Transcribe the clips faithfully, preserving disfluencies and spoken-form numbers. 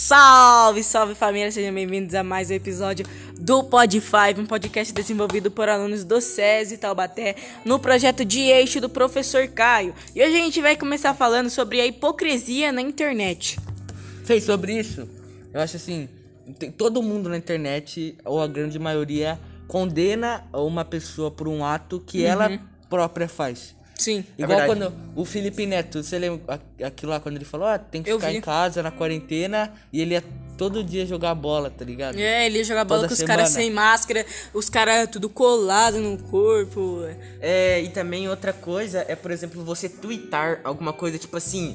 Salve, salve família, sejam bem-vindos a mais um episódio do Pod cinco, um podcast desenvolvido por alunos do SESI Taubaté, no projeto de eixo do professor Caio. E hoje a gente vai começar falando sobre a hipocrisia na internet. Sei, sobre isso, eu acho assim, tem, todo mundo na internet, ou a grande maioria, condena uma pessoa por um ato que uhum. ela própria faz. Sim, igual é quando o Felipe Neto, você lembra aquilo lá quando ele falou, ah, tem que Eu ficar vi. em casa na quarentena e ele ia todo dia jogar bola, tá ligado? É, ele ia jogar bola Toda com os semana. caras sem máscara, os caras tudo colado no corpo. É, e também outra coisa é, por exemplo, você twittar alguma coisa tipo assim,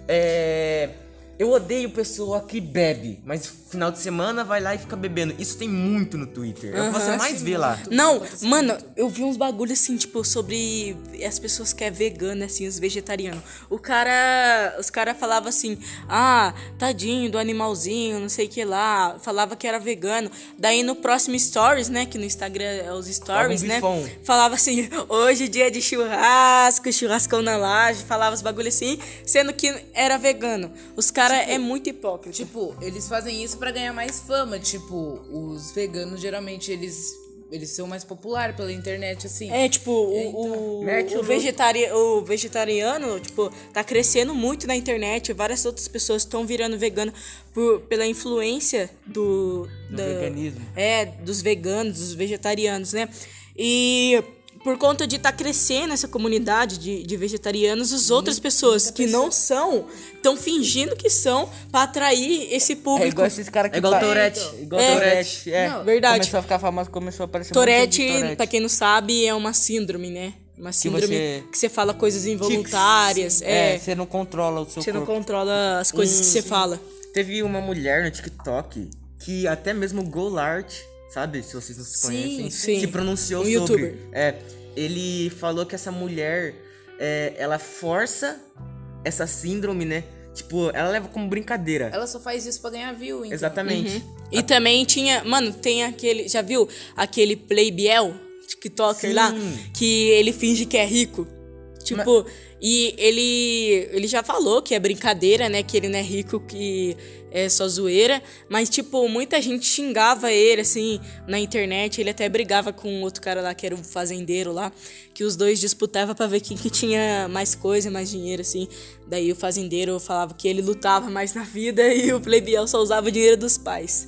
é... eu odeio pessoa que bebe, mas final de semana vai lá e fica bebendo. Isso tem muito no Twitter. É o que você mais vê lá. Não, mano, eu vi uns bagulhos assim, tipo, sobre as pessoas que é vegana, assim, os vegetarianos. O cara, os cara falava assim, ah, tadinho do animalzinho, não sei o que lá. Falava que era vegano. Daí no próximo stories, né, que no Instagram é os stories, um né, bifão. falava assim, hoje dia de churrasco, churrascão na laje. Falava os bagulhos assim, sendo que era vegano. Os caras Tipo, é muito hipócrita. Tipo, eles fazem isso pra ganhar mais fama. Tipo, os veganos geralmente eles eles são mais populares pela internet, assim. É, tipo, o, Então, o, mete o, o vegetari- o vegetariano, tipo, tá crescendo muito na internet. Várias outras pessoas estão virando vegano por, pela influência do... Do da- veganismo. É, dos veganos, dos vegetarianos, né? E... por conta de estar tá crescendo essa comunidade de, de vegetarianos, as outras pessoas que não são estão fingindo que são pra atrair esse público. É igual esses caras que... É igual ba- Tourette. Igual É. Tourette, é. Não, verdade. Começou a ficar famoso, começou a aparecer Tourette, um monte de Tourette. pra quem não sabe, é uma síndrome, né? Uma síndrome você- que você fala coisas involuntárias. É, É, você não controla o seu você não corpo. controla as coisas que você fala. Teve uma mulher no TikTok que até mesmo o Golart, sabe? Se vocês não se Sim, conhecem, sim. se pronunciou Um sobre. youtuber. É, ele falou que essa mulher, é, ela força essa síndrome, né? Tipo, ela leva como brincadeira. ela só faz isso pra ganhar view, então. Exatamente. E também tinha... Mano, tem aquele... Já viu aquele Playbiel? TikToker Sim. lá? Que ele finge que é rico. Tipo... E ele... Ele já falou que é brincadeira, né? Que ele não é rico, que é só zoeira. Mas, tipo, muita gente xingava ele, assim, na internet. Ele até brigava com outro cara lá, que era o fazendeiro lá. Que os dois disputavam pra ver quem que tinha mais coisa, mais dinheiro, assim. Daí o fazendeiro falava que ele lutava mais na vida e o Playbiel só usava o dinheiro dos pais.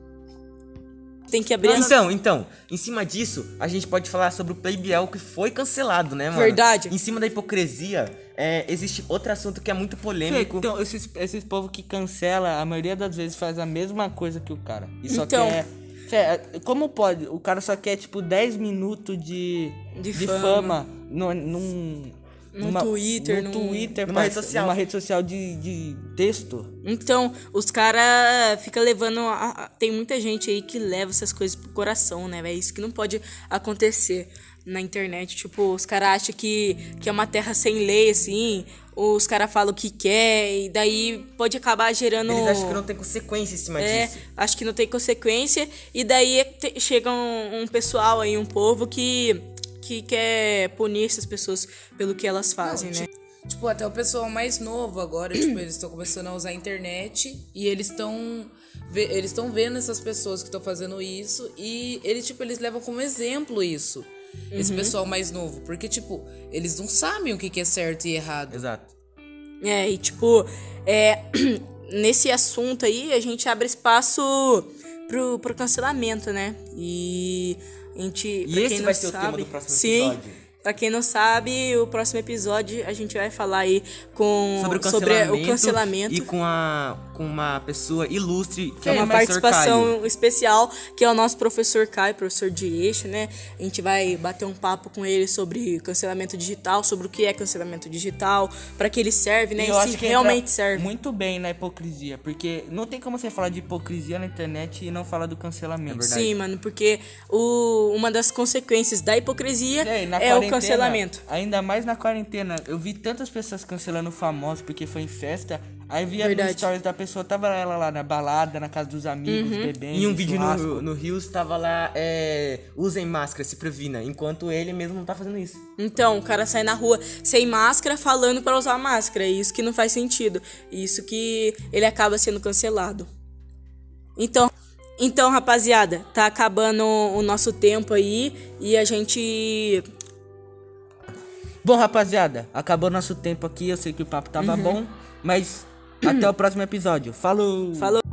Tem que abrir a... Então, então, em cima disso, a gente pode falar sobre o Playbiel que foi cancelado, né, mano? Verdade. Em cima da hipocrisia, é, existe outro assunto que é muito polêmico. Então, esses, esses povos que cancela, a maioria das vezes faz a mesma coisa que o cara. E só Então. quer... Fé, como pode? O cara só quer, tipo, dez minutos de, De de, fama. fama, no, num... Num numa- Twitter, num num- Twitter, numa rede parça, social. numa rede social de, de texto. Então, os caras ficam levando... a- a- tem muita gente aí que leva essas coisas pro coração, né, velho? Isso que não pode acontecer na internet. Tipo, os caras acham que, que é uma terra sem lei, assim. Os caras falam o que quer e daí pode acabar gerando... Eles acham que não tem consequência em cima É, disso. acho que não tem consequência. E daí te- chega um, um pessoal aí, um povo que, que quer punir essas pessoas pelo que elas fazem, né? Tipo, até o pessoal mais novo agora, tipo, eles estão começando a usar a internet e eles estão eles estão vendo essas pessoas que estão fazendo isso e eles, tipo, eles levam como exemplo isso. Esse pessoal mais novo, porque, tipo, eles não sabem o que que é certo e errado. Exato. É, e tipo, é, nesse assunto aí, a gente abre espaço pro, pro cancelamento, né? E a gente, E pra esse quem não vai ser o sabe, tema do próximo sim, episódio. Pra quem não sabe, o próximo episódio a gente vai falar aí com, Sobre o sobre cancelamento, o cancelamento. e com, a, com uma pessoa ilustre, que É é uma o professor participação Caio. especial, que é o nosso professor Caio, professor de eixo, né? A gente vai bater um papo com ele sobre cancelamento digital, sobre o que é cancelamento digital, pra que ele serve, né? E E, eu acho se que realmente entra serve. muito bem na hipocrisia, porque não tem como você falar de hipocrisia na internet e não falar do cancelamento. Sim, mano, porque o, uma das consequências da hipocrisia E aí, na é o quarentena, cancelamento. Ainda mais na quarentena. Eu vi tantas pessoas cancelando famosos porque foi em festa. Aí via Verdade. no stories da pessoa, tava ela lá na balada, na casa dos amigos, bebendo. Em um vídeo churrasco. no, no Rios tava lá, é, usem máscara, se previna, enquanto ele mesmo não tá fazendo isso. Então, o cara sai na rua sem máscara falando pra usar máscara. É isso que não faz sentido. Isso que ele acaba sendo cancelado. Então, então, rapaziada, tá acabando o nosso tempo aí e a gente... Bom, rapaziada, acabou nosso tempo aqui. Eu sei que o papo tava bom, mas até o próximo episódio. Falou! Falou!